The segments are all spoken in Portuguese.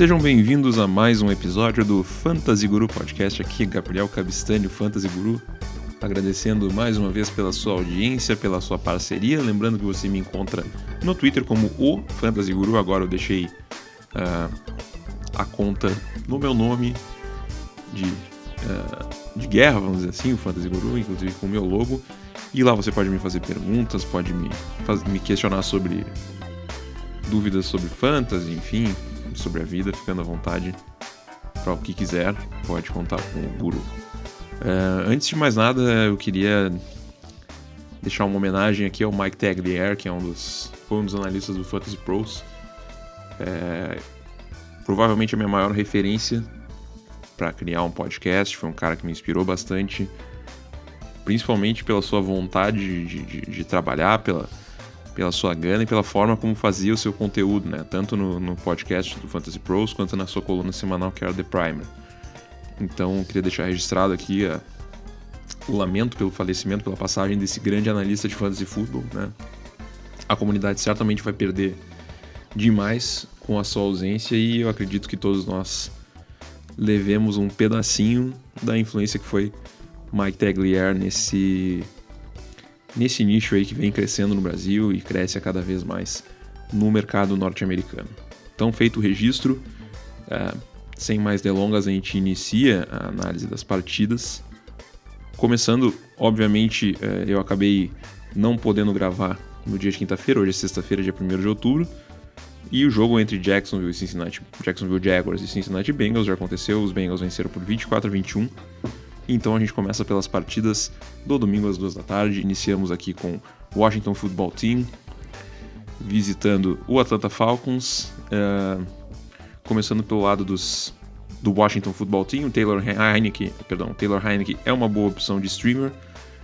Sejam bem-vindos a mais um episódio do Fantasy Guru Podcast. Aqui, Gabriel Cabistani, o Fantasy Guru, agradecendo mais uma vez pela sua audiência, pela sua parceria. Lembrando que você me encontra no Twitter como o Fantasy Guru. Agora eu deixei a conta no meu nome de guerra, vamos dizer assim, o Fantasy Guru, inclusive com o meu logo. E lá você pode me fazer perguntas, pode me questionar sobre dúvidas sobre fantasy, enfim, sobre a vida, ficando à vontade para o que quiser, pode contar com o Guru. Antes de mais nada, eu queria deixar uma homenagem aqui ao Mike Tagliere, que foi um dos analistas do Fantasy Pros. Provavelmente a minha maior referência para criar um podcast, foi um cara que me inspirou bastante, principalmente pela sua vontade de trabalhar, pela sua gana e pela forma como fazia o seu conteúdo, né? Tanto no podcast do Fantasy Pros quanto na sua coluna semanal, que era The Primer. Então, eu queria deixar registrado aqui o lamento pelo falecimento, pela passagem desse grande analista de Fantasy Football, né? A comunidade certamente vai perder demais com a sua ausência e eu acredito que todos nós levemos um pedacinho da influência que foi Mike Tagliere nesse nicho aí que vem crescendo no Brasil e cresce a cada vez mais no mercado norte-americano. Então, feito o registro, sem mais delongas, a gente inicia a análise das partidas. Começando, obviamente, eu acabei não podendo gravar no dia de quinta-feira, hoje é sexta-feira, dia 1º de outubro, e o jogo entre Jacksonville Jaguars e Cincinnati Bengals já aconteceu. Os Bengals venceram por 24-21. Então a gente começa pelas partidas do domingo às 2 da tarde. Iniciamos aqui com o Washington Football Team visitando o Atlanta Falcons. Começando pelo lado do Washington Football Team, o Taylor Heinicke é uma boa opção de streamer.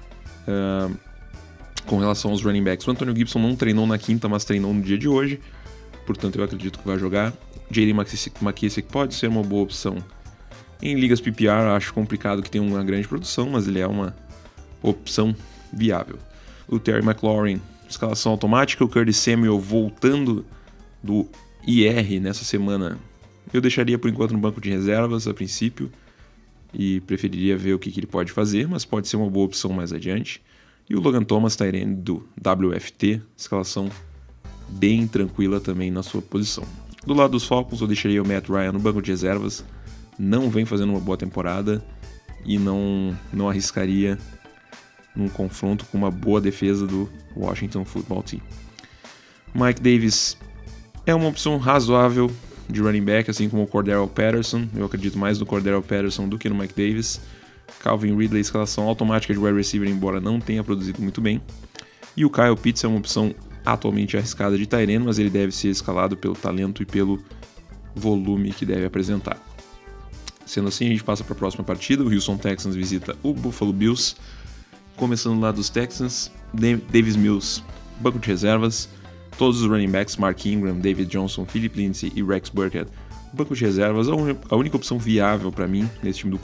Com relação aos running backs, o Antonio Gibson não treinou na quinta, mas treinou no dia de hoje. Portanto, eu acredito que vai jogar. J.D. McKissick pode ser uma boa opção. Em ligas PPR, acho complicado que tenha uma grande produção, mas ele é uma opção viável. O Terry McLaurin, escalação automática. O Curtis Samuel voltando do IR nessa semana. Eu deixaria por enquanto no banco de reservas a princípio e preferiria ver o que ele pode fazer, mas pode ser uma boa opção mais adiante. E o Logan Thomas, tight end do WFT, escalação bem tranquila também na sua posição. Do lado dos Falcons, eu deixaria o Matt Ryan no banco de reservas. Não vem fazendo uma boa temporada e não arriscaria num confronto com uma boa defesa do Washington Football Team. Mike Davis é uma opção razoável de running back, assim como o Cordarrelle Patterson. Eu acredito mais no Cordarrelle Patterson do que no Mike Davis. Calvin Ridley, escalação automática de wide receiver, embora não tenha produzido muito bem. E o Kyle Pitts é uma opção atualmente arriscada de tight end, mas ele deve ser escalado pelo talento e pelo volume que deve apresentar. Sendo assim, a gente passa para a próxima partida. O Houston Texans visita o Buffalo Bills. Começando lá dos Texans, Davis Mills, banco de reservas. Todos os running backs, Mark Ingram, David Johnson, Philip Lindsay e Rex Burkhead, banco de reservas. A única opção viável para mim nesse time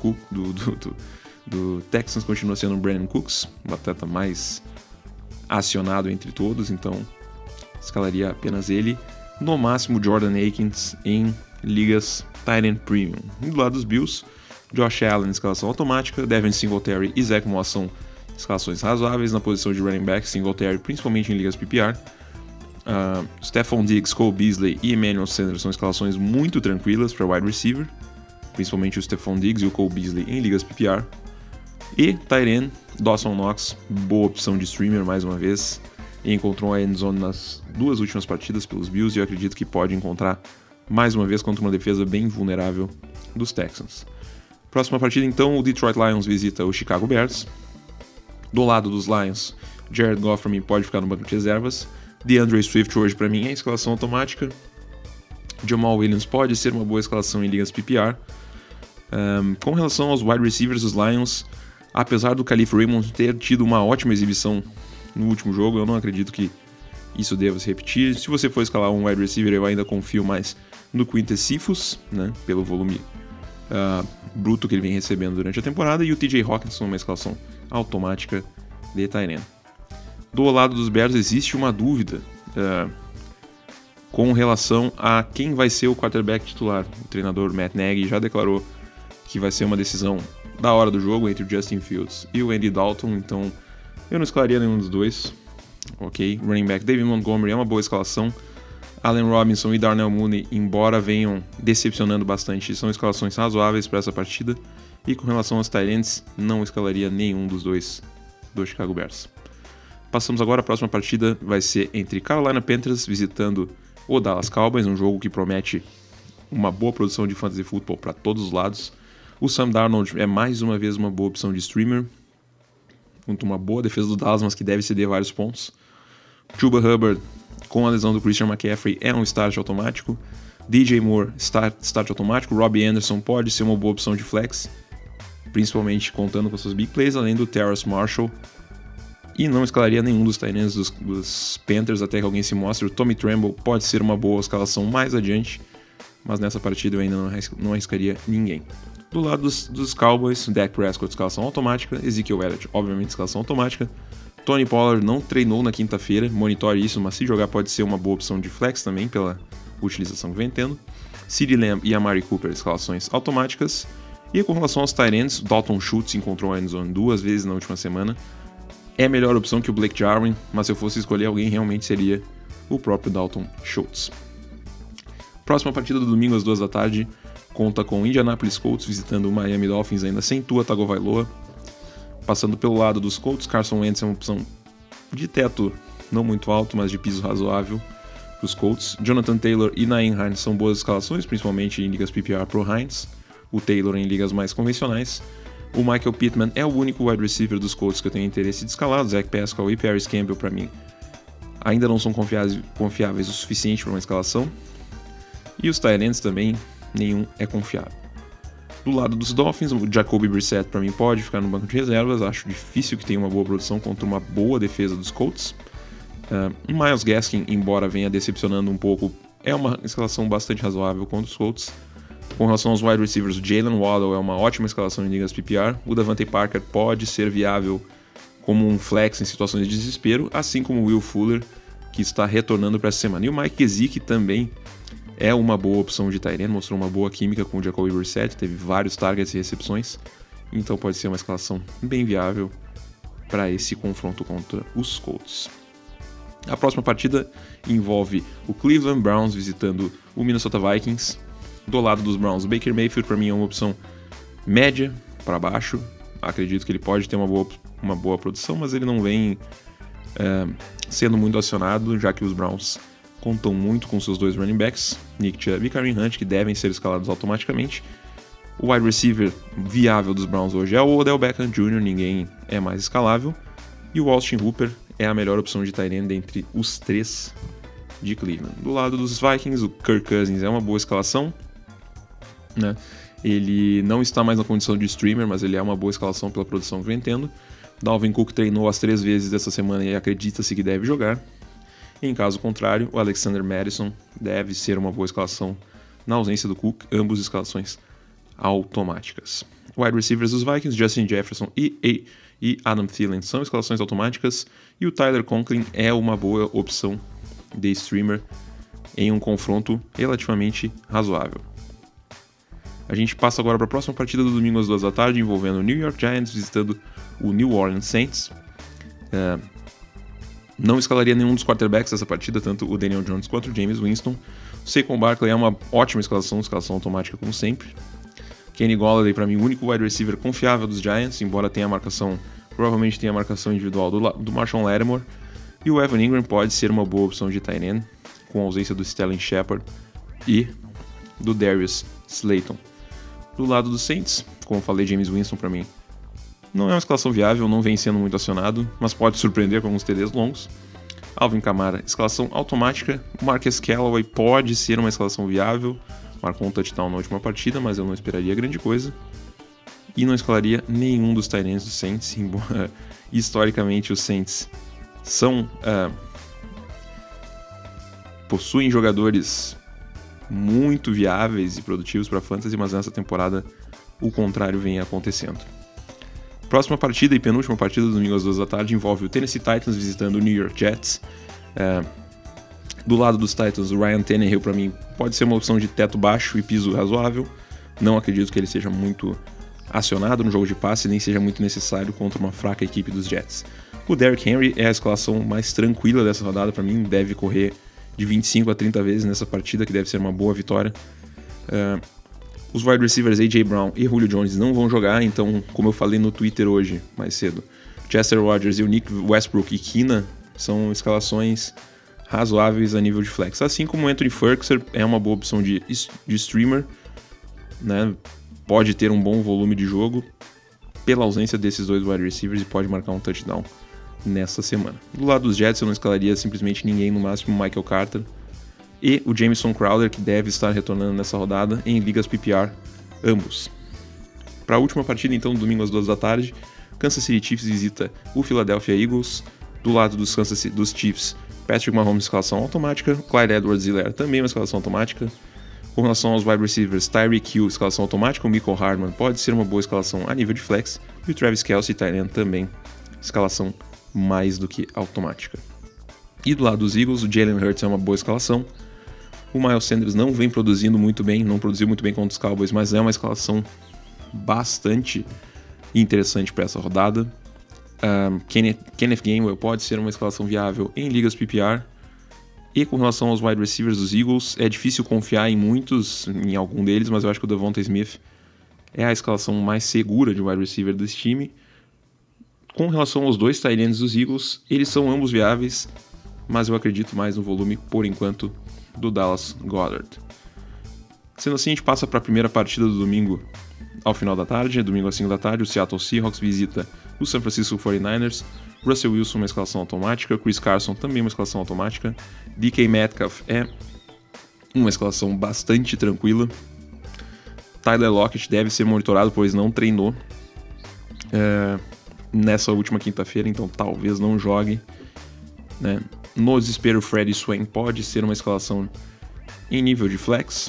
do Texans continua sendo o Brandon Cooks, o atleta mais acionado entre todos, então escalaria apenas ele. No máximo, Jordan Akins em ligas tight end premium. E do lado dos Bills, Josh Allen, escalação automática. Devin Singletary e Zach Moss são escalações razoáveis na posição de running back. Singletary principalmente em ligas PPR. Stephon Diggs, Cole Beasley e Emmanuel Sanders são escalações muito tranquilas para wide receiver, principalmente o Stephon Diggs e o Cole Beasley em ligas PPR. E tight end, Dawson Knox, boa opção de streamer mais uma vez, e encontrou a endzone nas 2 últimas partidas pelos Bills, e eu acredito que pode encontrar mais uma vez contra uma defesa bem vulnerável dos Texans. Próxima partida então, o Detroit Lions visita o Chicago Bears. Do lado dos Lions, Jared Goff para mim pode ficar no banco de reservas. DeAndre Swift hoje para mim é escalação automática. Jamal Williams pode ser uma boa escalação em ligas PPR. Com relação aos wide receivers dos Lions, apesar do Khalif Raymond ter tido uma ótima exibição no último jogo, eu não acredito que isso deva se repetir. Se você for escalar um wide receiver, eu ainda confio mais no Quintez Cephus, né, pelo volume bruto que ele vem recebendo durante a temporada, e o TJ Hawkinson, uma escalação automática de tight end. Do lado dos Bears existe uma dúvida com relação a quem vai ser o quarterback titular. O treinador Matt Nagy já declarou que vai ser uma decisão da hora do jogo entre o Justin Fields e o Andy Dalton, então eu não escalaria nenhum dos dois. Ok, running back David Montgomery é uma boa escalação. Allen Robinson e Darnell Mooney, embora venham decepcionando bastante, são escalações razoáveis para essa partida. E com relação aos tight ends, não escalaria nenhum dos dois do Chicago Bears. Passamos agora, a próxima partida vai ser entre Carolina Panthers visitando o Dallas Cowboys, um jogo que promete uma boa produção de fantasy football para todos os lados. O Sam Darnold é mais uma vez uma boa opção de streamer, contra uma boa defesa do Dallas, mas que deve ceder vários pontos. Chuba Hubbard, com a lesão do Christian McCaffrey, é um start automático. DJ Moore, start automático. Robbie Anderson pode ser uma boa opção de flex, principalmente contando com suas big plays, além do Terrace Marshall. E não escalaria nenhum dos tight ends dos Panthers até que alguém se mostre. O Tommy Tremble pode ser uma boa escalação mais adiante, mas nessa partida eu ainda não arriscaria ninguém. Do lado dos Cowboys, Dak Prescott, escalação automática. Ezekiel Elliott, obviamente, escalação automática. Tony Pollard não treinou na quinta-feira, monitore isso, mas se jogar pode ser uma boa opção de flex também, pela utilização que vem tendo. CeeDee Lamb e Amari Cooper, escalações automáticas. E com relação aos tight ends, Dalton Schultz encontrou a endzone 2 vezes na última semana. É melhor opção que o Blake Jarwin, mas se eu fosse escolher alguém, realmente seria o próprio Dalton Schultz. Próxima partida do domingo às 2 da tarde conta com o Indianapolis Colts visitando o Miami Dolphins ainda sem Tua Tagovailoa. Passando pelo lado dos Colts, Carson Wentz é uma opção de teto não muito alto, mas de piso razoável para os Colts. Jonathan Taylor e Nyheim Hines são boas escalações, principalmente em ligas PPR pro Hines. O Taylor em ligas mais convencionais. O Michael Pittman é o único wide receiver dos Colts que eu tenho interesse de escalar. Zach Pascal e Paris Campbell, para mim, ainda não são confiáveis o suficiente para uma escalação. E os tight ends também, nenhum é confiável. Do lado dos Dolphins, o Jacoby Brissett, para mim, pode ficar no banco de reservas. Acho difícil que tenha uma boa produção contra uma boa defesa dos Colts. Myles Gaskin, embora venha decepcionando um pouco, é uma escalação bastante razoável contra os Colts. Com relação aos wide receivers, o Jalen Waddle é uma ótima escalação em ligas PPR. O Davante Parker pode ser viável como um flex em situações de desespero, assim como o Will Fuller, que está retornando para essa semana. E o Mike Gesicki também é uma boa opção de tight end, mostrou uma boa química com o Jacoby Brissett, teve vários targets e recepções, então pode ser uma escalação bem viável para esse confronto contra os Colts. A próxima partida envolve o Cleveland Browns visitando o Minnesota Vikings. Do lado dos Browns, o Baker Mayfield para mim é uma opção média para baixo. Acredito que ele pode ter uma boa produção, mas ele não vem sendo muito acionado, já que os Browns contam muito com seus dois running backs, Nick Chubb e Kareem Hunt, que devem ser escalados automaticamente. O wide receiver viável dos Browns hoje é o Odell Beckham Jr., ninguém é mais escalável. E o Austin Hooper é a melhor opção de tight end entre os três de Cleveland. Do lado dos Vikings, o Kirk Cousins é uma boa escalação, né? Ele não está mais na condição de streamer, mas ele é uma boa escalação pela produção que vem tendo. Dalvin Cook treinou as 3 vezes dessa semana e acredita-se que deve jogar. Em caso contrário, o Alexander Mattison deve ser uma boa escalação na ausência do Cook, ambos escalações automáticas. Wide receivers dos Vikings, Justin Jefferson e Adam Thielen são escalações automáticas, e o Tyler Conklin é uma boa opção de streamer em um confronto relativamente razoável. A gente passa agora para a próxima partida do domingo às 2 da tarde, envolvendo o New York Giants visitando o New Orleans Saints. Não escalaria nenhum dos quarterbacks dessa partida, tanto o Daniel Jones quanto o James Winston. O Saquon Barkley é uma ótima escalação automática como sempre. Kenny Golladay, para mim, o único wide receiver confiável dos Giants, embora provavelmente tenha a marcação individual do Marshawn Lattimore. E o Evan Ingram pode ser uma boa opção de tight end, com a ausência do Sterling Shepard e do Darius Slayton. Do lado dos Saints, como falei, James Winston para mim não é uma escalação viável, não vem sendo muito acionado, mas pode surpreender com alguns TDs longos. Alvin Kamara, escalação automática. Marquez Callaway pode ser uma escalação viável, marcou um touchdown na última partida, mas eu não esperaria grande coisa. E não escalaria nenhum dos tight ends do Saints, embora historicamente os Saints possuem jogadores muito viáveis e produtivos para fantasy, mas nessa temporada o contrário vem acontecendo. Próxima partida e penúltima partida do domingo às 2 da tarde envolve o Tennessee Titans visitando o New York Jets. Do lado dos Titans, o Ryan Tannehill para mim pode ser uma opção de teto baixo e piso razoável. Não acredito que ele seja muito acionado no jogo de passe, nem seja muito necessário contra uma fraca equipe dos Jets. O Derrick Henry é a escalação mais tranquila dessa rodada para mim, deve correr de 25 a 30 vezes nessa partida, que deve ser uma boa vitória. Os wide receivers A.J. Brown e Julio Jones não vão jogar, então, como eu falei no Twitter hoje, mais cedo, Chester Rogers e o Nick Westbrook e Keenan são escalações razoáveis a nível de flex. Assim como o Anthony Firkser é uma boa opção de streamer, né? Pode ter um bom volume de jogo pela ausência desses dois wide receivers e pode marcar um touchdown nessa semana. Do lado dos Jets eu não escalaria simplesmente ninguém, no máximo o Michael Carter e o Jamison Crowder, que deve estar retornando nessa rodada em ligas PPR, ambos. Para a última partida, então, domingo às 2 da tarde, Kansas City Chiefs visita o Philadelphia Eagles. Do lado dos Chiefs, Patrick Mahomes, escalação automática, Clyde Edwards-Helaire também uma escalação automática. Com relação aos wide receivers, Tyreek Hill, escalação automática, o Mecole Hardman pode ser uma boa escalação a nível de flex, e o Travis Kelce, tight end, também escalação mais do que automática. E do lado dos Eagles, o Jalen Hurts é uma boa escalação. O Miles Sanders não vem produzindo muito bem, não produziu muito bem contra os Cowboys, mas é uma escalação bastante interessante para essa rodada. Kenneth Gainwell pode ser uma escalação viável em ligas PPR. E com relação aos wide receivers dos Eagles, é difícil confiar em algum deles, mas eu acho que o Devonta Smith é a escalação mais segura de wide receiver desse time. Com relação aos dois tight ends dos Eagles, eles são ambos viáveis, mas eu acredito mais no volume, por enquanto, do Dallas Goedert. Sendo assim, a gente passa para a primeira partida do domingo ao final da tarde, domingo às 5 da tarde, o Seattle Seahawks visita o San Francisco 49ers, Russell Wilson uma escalação automática, Chris Carson também uma escalação automática, DK Metcalf é uma escalação bastante tranquila, Tyler Lockett deve ser monitorado, pois não treinou nessa última quinta-feira, então talvez não jogue, né? No desespero, Freddie Swain pode ser uma escalação em nível de flex.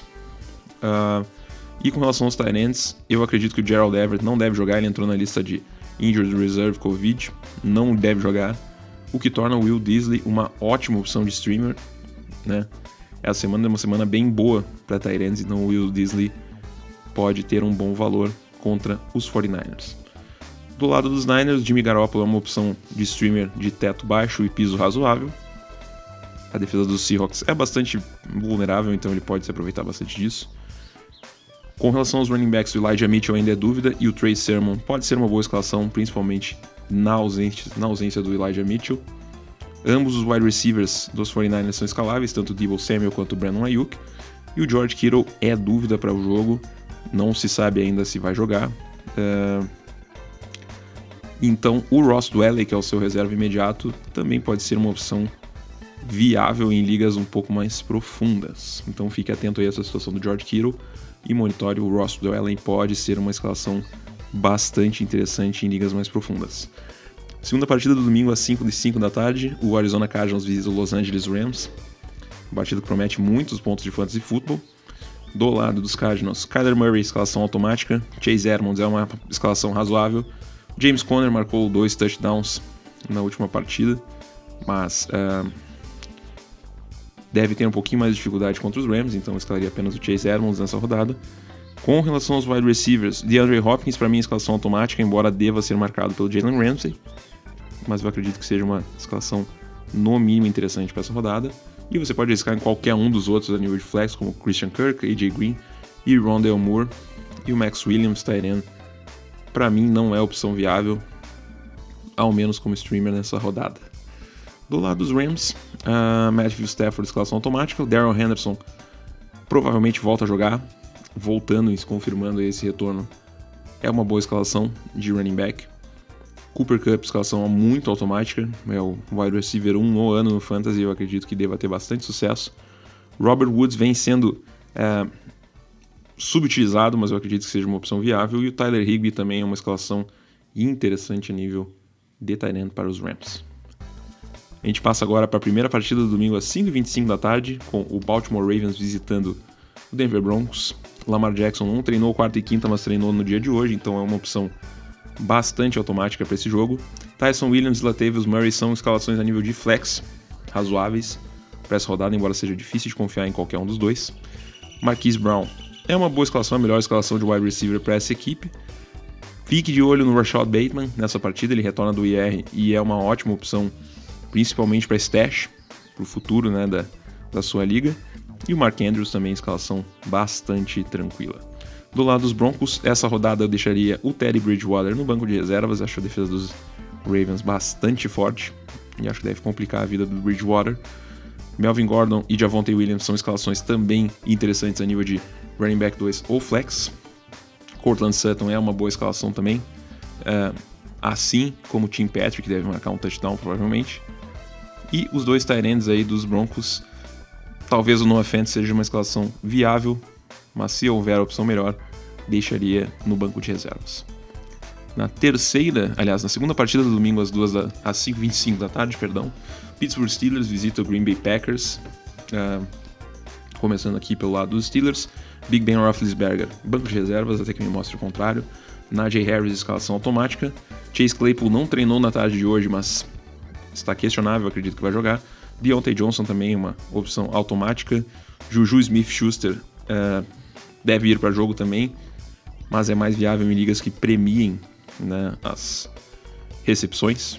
E com relação aos tight ends, eu acredito que o Gerald Everett não deve jogar, ele entrou na lista de Injured Reserve Covid, não deve jogar, o que torna o Will Disley uma ótima opção de streamer, né? Essa semana é uma semana bem boa para tight ends, então o Will Disley pode ter um bom valor contra os 49ers. Do lado dos Niners, Jimmy Garoppolo é uma opção de streamer de teto baixo e piso razoável. A defesa dos Seahawks é bastante vulnerável, então ele pode se aproveitar bastante disso. Com relação aos running backs, o Elijah Mitchell ainda é dúvida e o Trey Sermon pode ser uma boa escalação, principalmente na ausência do Elijah Mitchell. Ambos os wide receivers dos 49ers são escaláveis, tanto o Deebo Samuel quanto o Brandon Ayuk. E o George Kittle é dúvida para o jogo, não se sabe ainda se vai jogar. Então o Ross Dwelley, que é o seu reserva imediato, também pode ser uma opção viável em ligas um pouco mais profundas. Então fique atento aí a essa situação do George Kittle e monitore o Ross Dwelley, pode ser uma escalação bastante interessante em ligas mais profundas. Segunda partida do domingo às 5 da tarde, o Arizona Cardinals visita o Los Angeles Rams. Uma partida que promete muitos pontos de fantasy football. Do lado dos Cardinals, Kyler Murray, escalação automática. Chase Edmonds é uma escalação razoável. James Conner marcou 2 touchdowns na última partida, mas deve ter um pouquinho mais de dificuldade contra os Rams, então eu escalaria apenas o Chase Edmonds nessa rodada. Com relação aos wide receivers, DeAndre Hopkins para mim é escalação automática, embora deva ser marcado pelo Jalen Ramsey, mas eu acredito que seja uma escalação no mínimo interessante para essa rodada. E você pode arriscar em qualquer um dos outros a nível de flex, como Christian Kirk, AJ Green e Rondale Moore. E o Max Williams, tight end, para mim não é opção viável, ao menos como streamer nessa rodada. Do lado dos Rams, Matthew Stafford, escalação automática. O Darrell Henderson provavelmente volta a jogar, voltando e se confirmando esse retorno. É uma boa escalação de running back. Cooper Kupp, escalação muito automática, é o wide receiver 1 no ano no Fantasy, eu acredito que deva ter bastante sucesso. Robert Woods vem sendo subutilizado, mas eu acredito que seja uma opção viável. E o Tyler Higbee também é uma escalação interessante a nível de tight end para os Rams. A gente passa agora para a primeira partida do domingo às 5h25 da tarde, com o Baltimore Ravens visitando o Denver Broncos. Lamar Jackson não treinou quarta e quinta, mas treinou no dia de hoje, então é uma opção bastante automática para esse jogo. Tyson Williams e Latavius Murray são escalações a nível de flex razoáveis. para essa rodada, embora seja difícil de confiar em qualquer um dos dois. Marquise Brown é uma boa escalação, a melhor escalação de wide receiver para essa equipe. Fique de olho no Rashad Bateman nessa partida, ele retorna do IR e é uma ótima opção, principalmente para stash, para o futuro, né, da sua liga. E o Mark Andrews também, escalação bastante tranquila. Do lado dos Broncos, essa rodada eu deixaria o Teddy Bridgewater no banco de reservas. Acho a defesa dos Ravens bastante forte e acho que deve complicar a vida do Bridgewater. Melvin Gordon e Javonte Williams são escalações também interessantes a nível de running back 2 ou flex. Courtland Sutton é uma boa escalação também, assim como o Tim Patrick, que deve marcar um touchdown provavelmente. E os dois tight ends aí dos Broncos, talvez o Noah Fant seja uma escalação viável, mas se houver a opção melhor, deixaria no banco de reservas. Na segunda partida do domingo às 5h25 da tarde, Pittsburgh Steelers visita o Green Bay Packers. Começando aqui pelo lado dos Steelers, Big Ben Roethlisberger, banco de reservas, até que me mostre o contrário. Najee Harris, escalação automática. Chase Claypool não treinou na tarde de hoje, mas está questionável, acredito que vai jogar. Deontay Johnson também uma opção automática. Juju Smith-Schuster deve ir para jogo também, mas é mais viável em ligas que premiem, né, as recepções.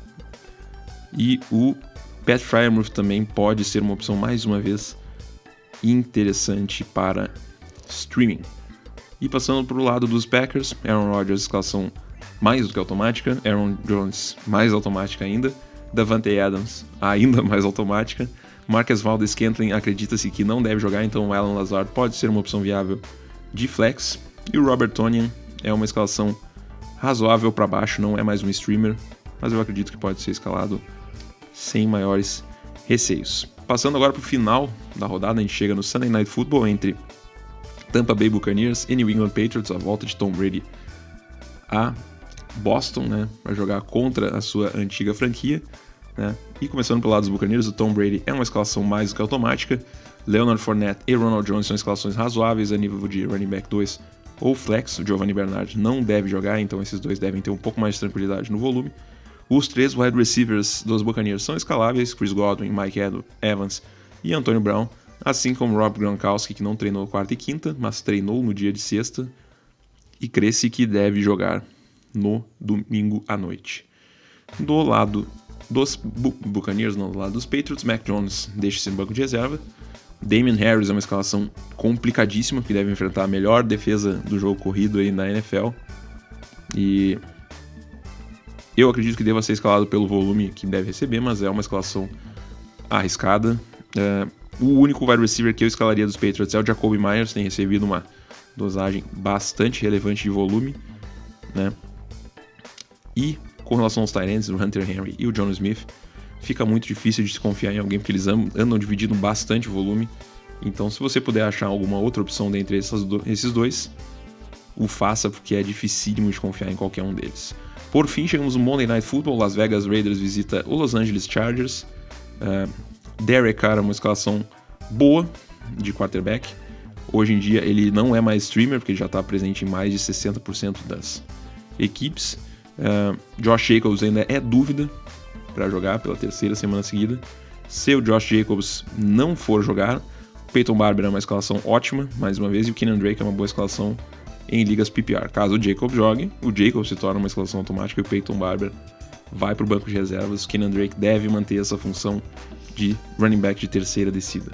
E o Pat Freiermuth também pode ser uma opção, mais uma vez, interessante para streaming. E passando para o lado dos Packers, Aaron Rodgers, escalação mais do que automática. Aaron Jones, mais automática ainda. Davante Adams, ainda mais automática. Marquez Valdes-Scantling acredita-se que não deve jogar, então o Alan Lazard pode ser uma opção viável de flex. E o Robert Tonyan é uma escalação razoável para baixo, não é mais um streamer, mas eu acredito que pode ser escalado sem maiores receios. Passando agora para o final da rodada, a gente chega no Sunday Night Football entre Tampa Bay Buccaneers e New England Patriots, a volta de Tom Brady a Boston, né, para jogar contra a sua antiga franquia, né? E começando pelo lado dos Buccaneers, o Tom Brady é uma escalação mais do que automática. Leonard Fournette e Ronald Jones são escalações razoáveis a nível de running back 2 ou flex. O Giovanni Bernard não deve jogar, então esses dois devem ter um pouco mais de tranquilidade no volume. Os três wide receivers dos Buccaneers são escaláveis: Chris Godwin, Mike Evans e Antonio Brown, assim como Rob Gronkowski, que não treinou quarta e quinta, mas treinou no dia de sexta e cresce que deve jogar no domingo à noite. Do lado dos Buccaneers, não, do lado dos Patriots, Mac Jones deixa-se no banco de reserva. Damian Harris é uma escalação complicadíssima, que deve enfrentar a melhor defesa do jogo corrido aí na NFL. E eu acredito que deva ser escalado pelo volume que deve receber, mas é uma escalação arriscada. O único wide receiver que eu escalaria dos Patriots é o Jacoby Myers, tem recebido uma dosagem bastante relevante de volume, né? E com relação aos tight ends, o Hunter Henry e o John Smith, fica muito difícil de se confiar em alguém, porque eles andam dividindo bastante volume. Então, se você puder achar alguma outra opção dentre esses dois, o faça, porque é dificílimo de confiar em qualquer um deles. Por fim, chegamos no Monday Night Football. Las Vegas Raiders visita o Los Angeles Chargers. Derek Carr é uma escalação boa de quarterback. Hoje em dia ele não é mais streamer, porque ele já está presente em mais de 60% das equipes. Josh Jacobs ainda é dúvida para jogar pela terceira semana seguida. Se o Josh Jacobs não for jogar, o Peyton Barber é uma escalação ótima, mais uma vez, e o Kenyan Drake é uma boa escalação em ligas PPR. Caso o Jacobs jogue, o Jacobs se torna uma escalação automática e o Peyton Barber vai para o banco de reservas. O Kenyan Drake deve manter essa função de running back de terceira descida.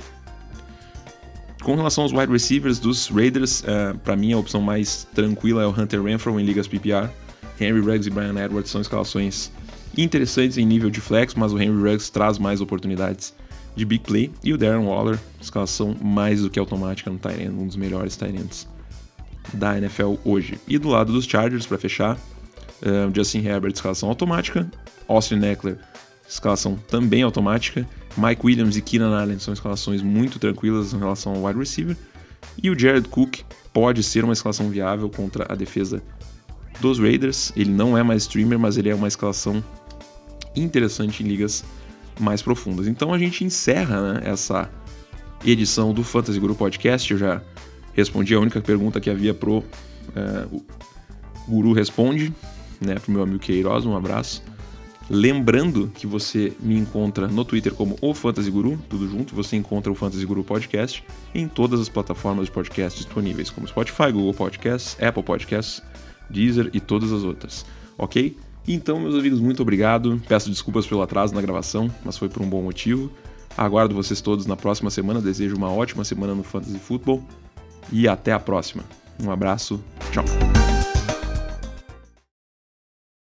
Com relação aos wide receivers dos Raiders, para mim a opção mais tranquila é o Hunter Renfrow em ligas PPR. Henry Ruggs e Bryan Edwards são escalações interessantes em nível de flex, mas o Henry Ruggs traz mais oportunidades de big play. E o Darren Waller, escalação mais do que automática no tight end, um dos melhores tight ends da NFL hoje. E do lado dos Chargers, para fechar, Justin Herbert, escalação automática. Austin Eckler, escalação também automática. Mike Williams e Keenan Allen são escalações muito tranquilas em relação ao wide receiver. E o Jared Cook pode ser uma escalação viável contra a defesa dos Raiders. Ele não é mais streamer, mas ele é uma escalação interessante em ligas mais profundas. Então a gente encerra, né, essa edição do Fantasy Guru Podcast. Eu já respondi a única pergunta que havia pro o Guru Responde, né, pro meu amigo Queiroz, um abraço. Lembrando que você me encontra no Twitter como o Fantasy Guru, tudo junto. Você encontra o Fantasy Guru Podcast em todas as plataformas de podcast disponíveis, como Spotify, Google Podcasts, Apple Podcasts, Deezer e todas as outras, ok? Então, meus amigos, muito obrigado. Peço desculpas pelo atraso na gravação, mas foi por um bom motivo. Aguardo vocês todos na próxima semana. Desejo uma ótima semana no Fantasy Football e até a próxima. Um abraço, tchau!